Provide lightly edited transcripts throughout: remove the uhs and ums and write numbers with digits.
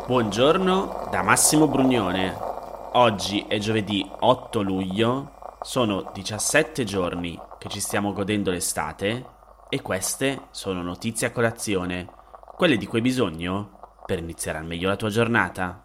Buongiorno da Massimo Brugnone. Oggi è giovedì 8 luglio, sono 17 giorni che ci stiamo godendo l'estate e queste sono notizie a colazione, quelle di cui hai bisogno per iniziare al meglio la tua giornata.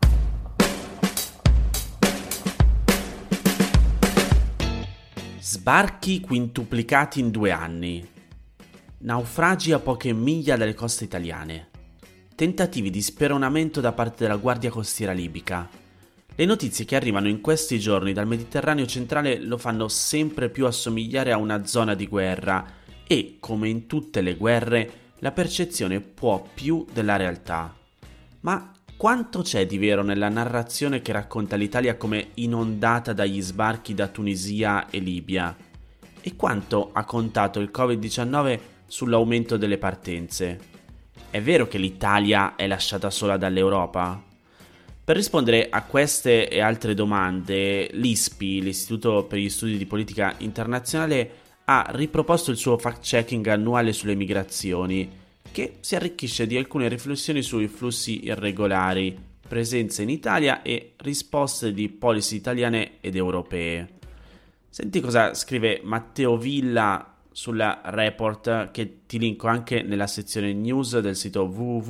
Sbarchi quintuplicati in 2 anni. Naufragi a poche miglia dalle coste italiane. Tentativi di speronamento da parte della Guardia Costiera libica. Le notizie che arrivano in questi giorni dal Mediterraneo centrale lo fanno sempre più assomigliare a una zona di guerra e, come in tutte le guerre, la percezione può più della realtà. Ma quanto c'è di vero nella narrazione che racconta l'Italia come inondata dagli sbarchi da Tunisia e Libia? E quanto ha contato il Covid-19 sull'aumento delle partenze? È vero che l'Italia è lasciata sola dall'Europa? Per rispondere a queste e altre domande, l'ISPI, l'Istituto per gli Studi di Politica Internazionale, ha riproposto il suo fact-checking annuale sulle migrazioni, che si arricchisce di alcune riflessioni sui flussi irregolari, presenza in Italia e risposte di policy italiane ed europee. Senti cosa scrive Matteo Villa sulla report, che ti linko anche nella sezione news del sito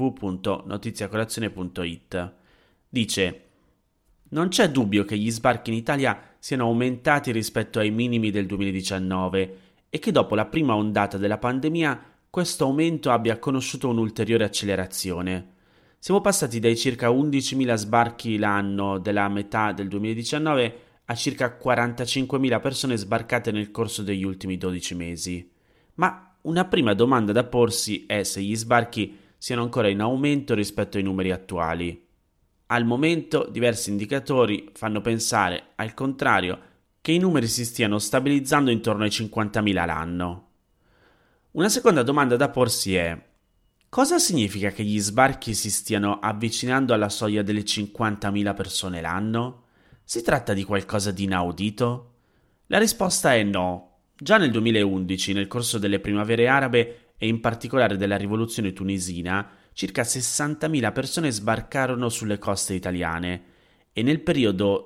www.notiziacolazione.it. Dice: non c'è dubbio che gli sbarchi in Italia siano aumentati rispetto ai minimi del 2019 e che dopo la prima ondata della pandemia questo aumento abbia conosciuto un'ulteriore accelerazione. Siamo passati dai circa 11.000 sbarchi l'anno della metà del 2019 a circa 45.000 persone sbarcate nel corso degli ultimi 12 mesi. Ma una prima domanda da porsi è se gli sbarchi siano ancora in aumento rispetto ai numeri attuali. Al momento diversi indicatori fanno pensare, al contrario, che i numeri si stiano stabilizzando intorno ai 50.000 l'anno. Una seconda domanda da porsi è: cosa significa che gli sbarchi si stiano avvicinando alla soglia delle 50.000 persone l'anno? Si tratta di qualcosa di inaudito? La risposta è no. Già nel 2011, nel corso delle primavere arabe e in particolare della rivoluzione tunisina, circa 60.000 persone sbarcarono sulle coste italiane e nel periodo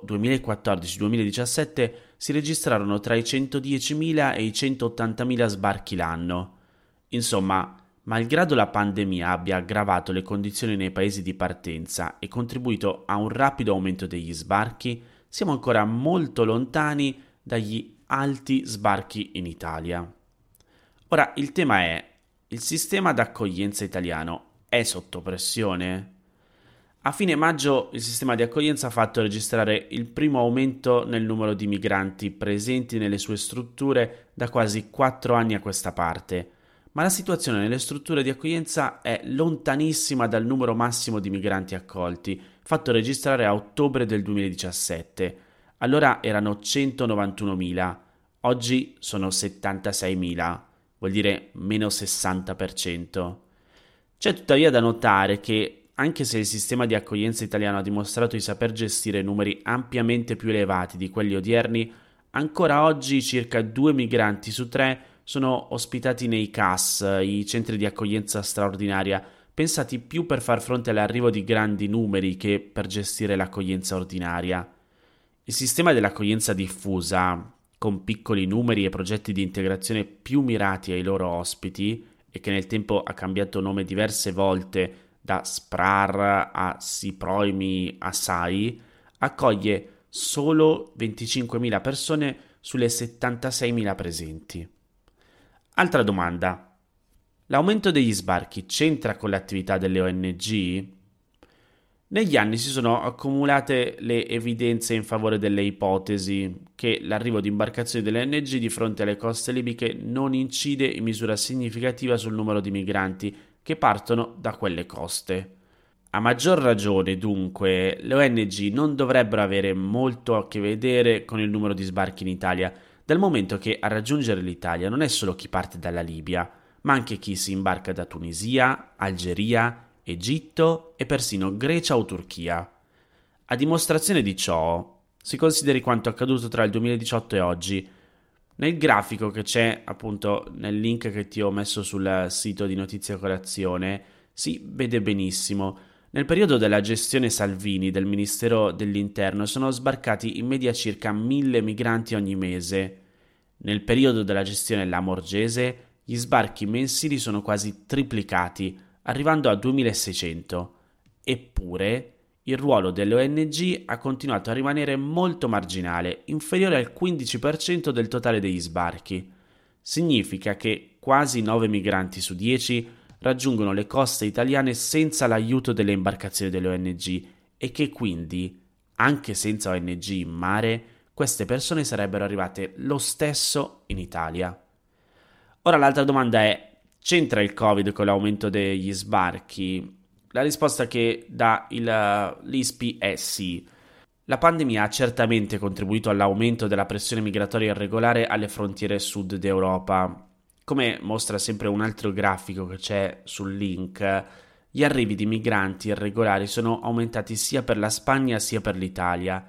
2014-2017 si registrarono tra i 110.000 e i 180.000 sbarchi l'anno. Insomma, malgrado la pandemia abbia aggravato le condizioni nei paesi di partenza e contribuito a un rapido aumento degli sbarchi, siamo ancora molto lontani dagli alti sbarchi in Italia. Ora, il tema è: il sistema d'accoglienza italiano è sotto pressione? A fine maggio il sistema di accoglienza ha fatto registrare il primo aumento nel numero di migranti presenti nelle sue strutture da quasi 4 anni a questa parte, ma la situazione nelle strutture di accoglienza è lontanissima dal numero massimo di migranti accolti, fatto registrare a ottobre del 2017. Allora erano 191.000, oggi sono 76.000, vuol dire meno 60%. C'è tuttavia da notare che, anche se il sistema di accoglienza italiano ha dimostrato di saper gestire numeri ampiamente più elevati di quelli odierni, ancora oggi circa 2 migranti su 3 sono ospitati nei CAS, i centri di accoglienza straordinaria, pensati più per far fronte all'arrivo di grandi numeri che per gestire l'accoglienza ordinaria. Il sistema dell'accoglienza diffusa, con piccoli numeri e progetti di integrazione più mirati ai loro ospiti, e che nel tempo ha cambiato nome diverse volte da SPRAR a SIPROIMI a SAI, accoglie solo 25.000 persone sulle 76.000 presenti. Altra domanda: l'aumento degli sbarchi c'entra con l'attività delle ONG? Negli anni si sono accumulate le evidenze in favore delle ipotesi che l'arrivo di imbarcazioni delle ONG di fronte alle coste libiche non incide in misura significativa sul numero di migranti che partono da quelle coste. A maggior ragione, dunque, le ONG non dovrebbero avere molto a che vedere con il numero di sbarchi in Italia, dal momento che a raggiungere l'Italia non è solo chi parte dalla Libia, ma anche chi si imbarca da Tunisia, Algeria, Egitto e persino Grecia o Turchia. A dimostrazione di ciò, si consideri quanto accaduto tra il 2018 e oggi. Nel grafico che c'è appunto nel link che ti ho messo sul sito di Notizia Colazione si vede benissimo. Nel periodo della gestione Salvini del Ministero dell'Interno sono sbarcati in media circa 1.000 migranti ogni mese. Nel periodo della gestione Lamorgese gli sbarchi mensili sono quasi triplicati, arrivando a 2.600. Eppure il ruolo delle ONG ha continuato a rimanere molto marginale, inferiore al 15% del totale degli sbarchi. Significa che quasi 9 migranti su 10 raggiungono le coste italiane senza l'aiuto delle imbarcazioni delle ONG e che quindi, anche senza ONG in mare, queste persone sarebbero arrivate lo stesso in Italia. Ora l'altra domanda è: c'entra il Covid con l'aumento degli sbarchi? La risposta che dà l'ISPI è sì. La pandemia ha certamente contribuito all'aumento della pressione migratoria irregolare alle frontiere sud d'Europa. Come mostra sempre un altro grafico che c'è sul link, gli arrivi di migranti irregolari sono aumentati sia per la Spagna sia per l'Italia.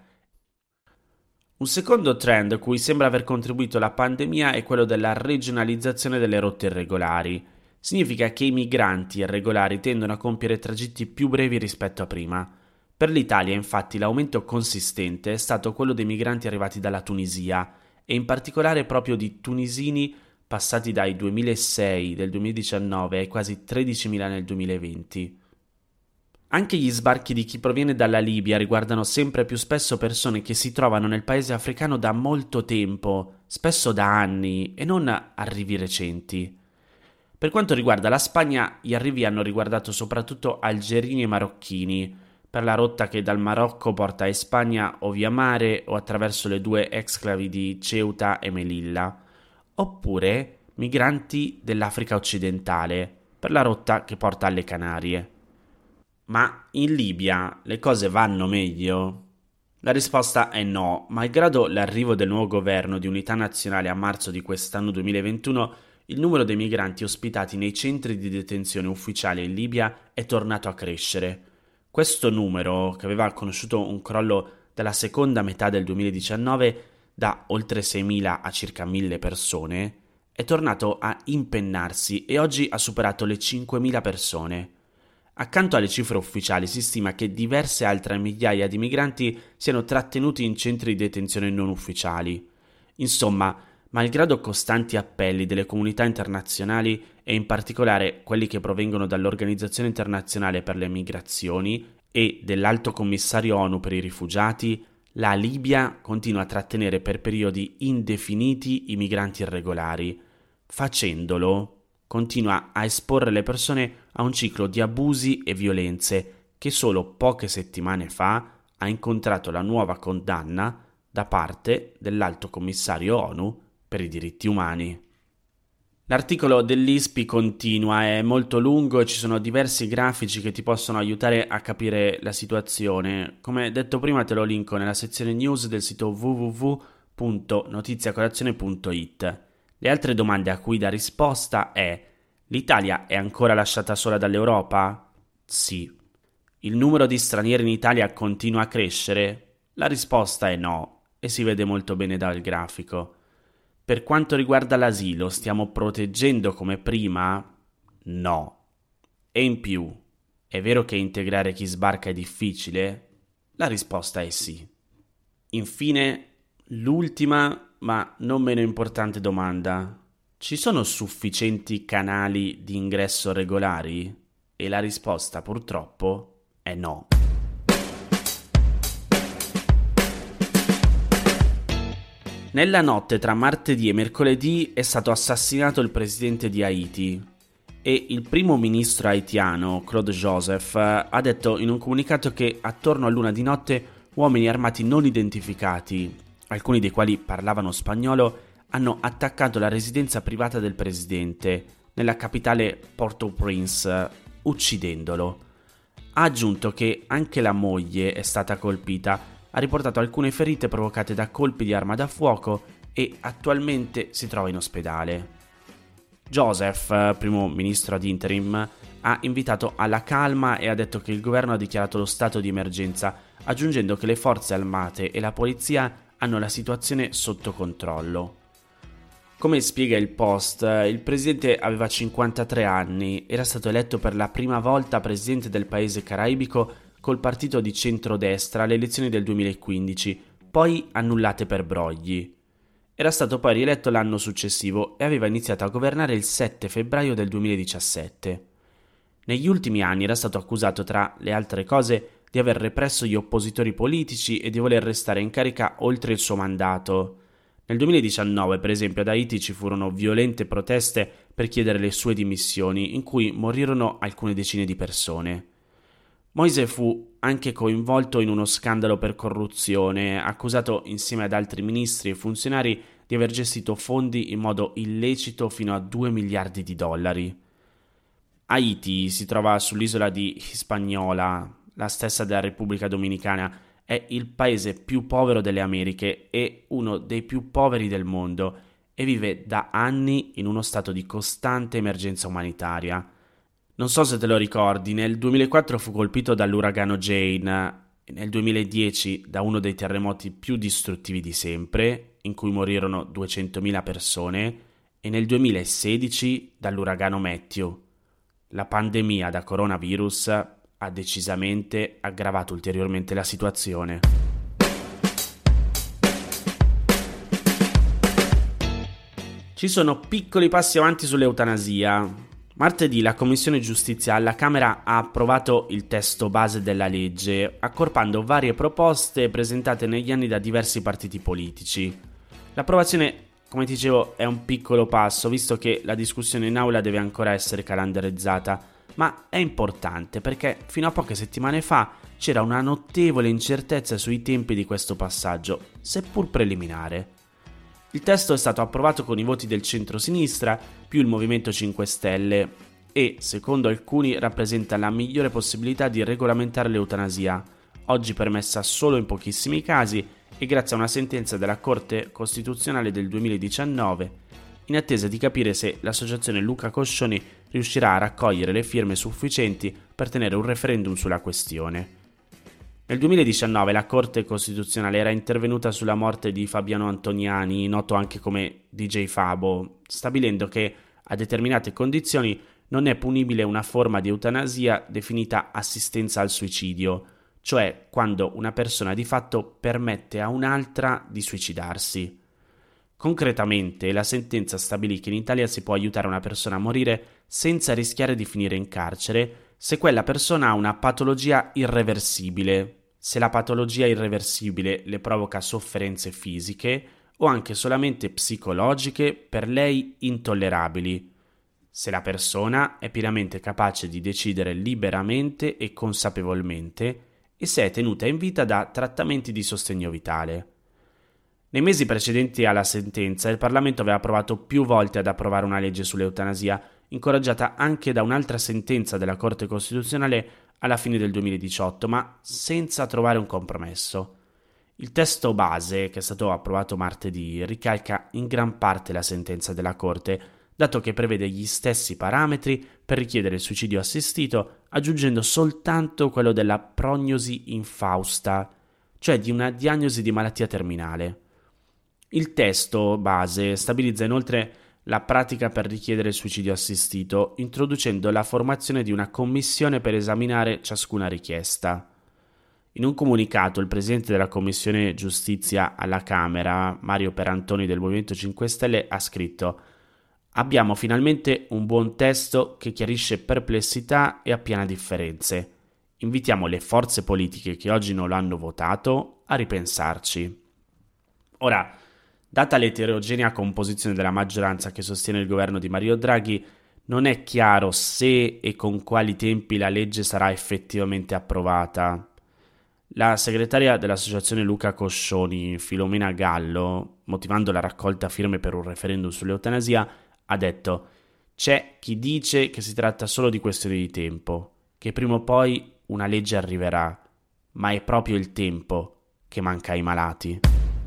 Un secondo trend a cui sembra aver contribuito la pandemia è quello della regionalizzazione delle rotte irregolari. Significa che i migranti irregolari tendono a compiere tragitti più brevi rispetto a prima. Per l'Italia, infatti, l'aumento consistente è stato quello dei migranti arrivati dalla Tunisia e in particolare proprio di tunisini passati dai 2.600 del 2019 ai quasi 13.000 nel 2020. Anche gli sbarchi di chi proviene dalla Libia riguardano sempre più spesso persone che si trovano nel paese africano da molto tempo, spesso da anni, e non arrivi recenti. Per quanto riguarda la Spagna, gli arrivi hanno riguardato soprattutto algerini e marocchini, per la rotta che dal Marocco porta in Spagna o via mare o attraverso le due exclavi di Ceuta e Melilla, oppure migranti dell'Africa occidentale, per la rotta che porta alle Canarie. Ma in Libia le cose vanno meglio? La risposta è no. Malgrado l'arrivo del nuovo governo di unità nazionale a marzo di quest'anno 2021, il numero dei migranti ospitati nei centri di detenzione ufficiali in Libia è tornato a crescere. Questo numero, che aveva conosciuto un crollo dalla seconda metà del 2019 da oltre 6.000 a circa 1.000 persone, è tornato a impennarsi e oggi ha superato le 5.000 persone. Accanto alle cifre ufficiali si stima che diverse altre migliaia di migranti siano trattenuti in centri di detenzione non ufficiali. Insomma, malgrado costanti appelli delle comunità internazionali e in particolare quelli che provengono dall'Organizzazione Internazionale per le Migrazioni e dell'Alto Commissario ONU per i Rifugiati, la Libia continua a trattenere per periodi indefiniti i migranti irregolari. Facendolo, continua a esporre le persone a un ciclo di abusi e violenze che solo poche settimane fa ha incontrato la nuova condanna da parte dell'Alto Commissario ONU per i diritti umani. L'articolo dell'ISPI continua, è molto lungo e ci sono diversi grafici che ti possono aiutare a capire la situazione. Come detto prima te lo linko nella sezione news del sito www.notiziacolazione.it. Le altre domande a cui dà risposta è: l'Italia è ancora lasciata sola dall'Europa? Sì. Il numero di stranieri in Italia continua a crescere? La risposta è no, e si vede molto bene dal grafico. Per quanto riguarda l'asilo, stiamo proteggendo come prima? No. E in più, è vero che integrare chi sbarca è difficile? La risposta è sì. Infine, l'ultima, ma non meno importante domanda: ci sono sufficienti canali di ingresso regolari? E la risposta purtroppo è no. Nella notte tra martedì e mercoledì è stato assassinato il presidente di Haiti e il primo ministro haitiano, Claude Joseph, ha detto in un comunicato che attorno all'1 di notte uomini armati non identificati, alcuni dei quali parlavano spagnolo, hanno attaccato la residenza privata del presidente nella capitale Port-au-Prince, uccidendolo. Ha aggiunto che anche la moglie è stata colpita, ha riportato alcune ferite provocate da colpi di arma da fuoco e attualmente si trova in ospedale. Joseph, primo ministro ad interim, ha invitato alla calma e ha detto che il governo ha dichiarato lo stato di emergenza, aggiungendo che le forze armate e la polizia hanno la situazione sotto controllo. Come spiega il Post, il presidente aveva 53 anni, era stato eletto per la prima volta presidente del paese caraibico col partito di centrodestra alle elezioni del 2015, poi annullate per brogli. Era stato poi rieletto l'anno successivo e aveva iniziato a governare il 7 febbraio del 2017. Negli ultimi anni era stato accusato, tra le altre cose, di aver represso gli oppositori politici e di voler restare in carica oltre il suo mandato. Nel 2019, per esempio, ad Haiti ci furono violente proteste per chiedere le sue dimissioni, in cui morirono alcune decine di persone. Moise fu anche coinvolto in uno scandalo per corruzione, accusato insieme ad altri ministri e funzionari di aver gestito fondi in modo illecito fino a 2 miliardi di dollari. Haiti si trova sull'isola di Hispaniola, la stessa della Repubblica Dominicana. È il paese più povero delle Americhe e uno dei più poveri del mondo e vive da anni in uno stato di costante emergenza umanitaria. Non so se te lo ricordi, nel 2004 fu colpito dall'uragano Jane, nel 2010 da uno dei terremoti più distruttivi di sempre, in cui morirono 200.000 persone, e nel 2016 dall'uragano Matthew. La pandemia da coronavirus ha decisamente aggravato ulteriormente la situazione. Ci sono piccoli passi avanti sull'eutanasia. Martedì la Commissione Giustizia alla Camera ha approvato il testo base della legge, accorpando varie proposte presentate negli anni da diversi partiti politici. L'approvazione, come dicevo, è un piccolo passo, visto che la discussione in aula deve ancora essere calendarizzata, ma è importante perché fino a poche settimane fa c'era una notevole incertezza sui tempi di questo passaggio, seppur preliminare. Il testo è stato approvato con i voti del centro-sinistra più il Movimento 5 Stelle e, secondo alcuni, rappresenta la migliore possibilità di regolamentare l'eutanasia, oggi permessa solo in pochissimi casi e grazie a una sentenza della Corte Costituzionale del 2019, in attesa di capire se l'associazione Luca Coscioni riuscirà a raccogliere le firme sufficienti per tenere un referendum sulla questione. Nel 2019 la Corte Costituzionale era intervenuta sulla morte di Fabiano Antoniani, noto anche come DJ Fabo, stabilendo che a determinate condizioni non è punibile una forma di eutanasia definita assistenza al suicidio, cioè quando una persona di fatto permette a un'altra di suicidarsi. Concretamente, la sentenza stabilì che in Italia si può aiutare una persona a morire senza rischiare di finire in carcere se quella persona ha una patologia irreversibile, se la patologia irreversibile le provoca sofferenze fisiche o anche solamente psicologiche per lei intollerabili, se la persona è pienamente capace di decidere liberamente e consapevolmente e se è tenuta in vita da trattamenti di sostegno vitale. Nei mesi precedenti alla sentenza, il Parlamento aveva provato più volte ad approvare una legge sull'eutanasia, incoraggiata anche da un'altra sentenza della Corte Costituzionale alla fine del 2018, ma senza trovare un compromesso. Il testo base, che è stato approvato martedì, ricalca in gran parte la sentenza della Corte, dato che prevede gli stessi parametri per richiedere il suicidio assistito, aggiungendo soltanto quello della prognosi infausta, cioè di una diagnosi di malattia terminale. Il testo base stabilizza inoltre la pratica per richiedere il suicidio assistito, introducendo la formazione di una commissione per esaminare ciascuna richiesta. In un comunicato, il presidente della Commissione Giustizia alla Camera, Mario Perantoni del Movimento 5 Stelle, ha scritto: «Abbiamo finalmente un buon testo che chiarisce perplessità e appiana differenze. Invitiamo le forze politiche che oggi non lo hanno votato a ripensarci». Ora, data l'eterogenea composizione della maggioranza che sostiene il governo di Mario Draghi, non è chiaro se e con quali tempi la legge sarà effettivamente approvata. La segretaria dell'associazione Luca Coscioni, Filomena Gallo, motivando la raccolta firme per un referendum sull'eutanasia, ha detto: «C'è chi dice che si tratta solo di questione di tempo, che prima o poi una legge arriverà, ma è proprio il tempo che manca ai malati».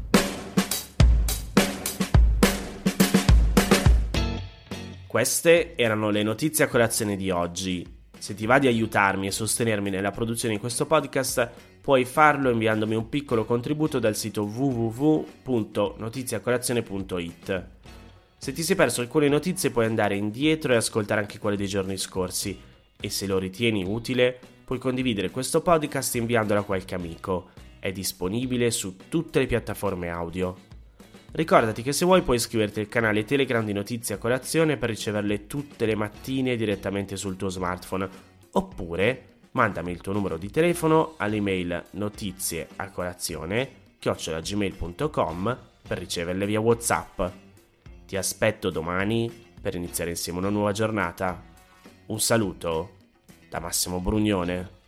Queste erano le notizie a colazione di oggi. Se ti va di aiutarmi e sostenermi nella produzione di questo podcast, puoi farlo inviandomi un piccolo contributo dal sito www.notiziacolazione.it. Se ti sei perso alcune notizie puoi andare indietro e ascoltare anche quelle dei giorni scorsi e se lo ritieni utile puoi condividere questo podcast inviandolo a qualche amico. È disponibile su tutte le piattaforme audio. Ricordati che se vuoi puoi iscriverti al canale Telegram di Notizie a Colazione per riceverle tutte le mattine direttamente sul tuo smartphone, oppure mandami il tuo numero di telefono all'email notizieacolazione@gmail.com per riceverle via WhatsApp. Ti aspetto domani per iniziare insieme una nuova giornata. Un saluto da Massimo Brugnone.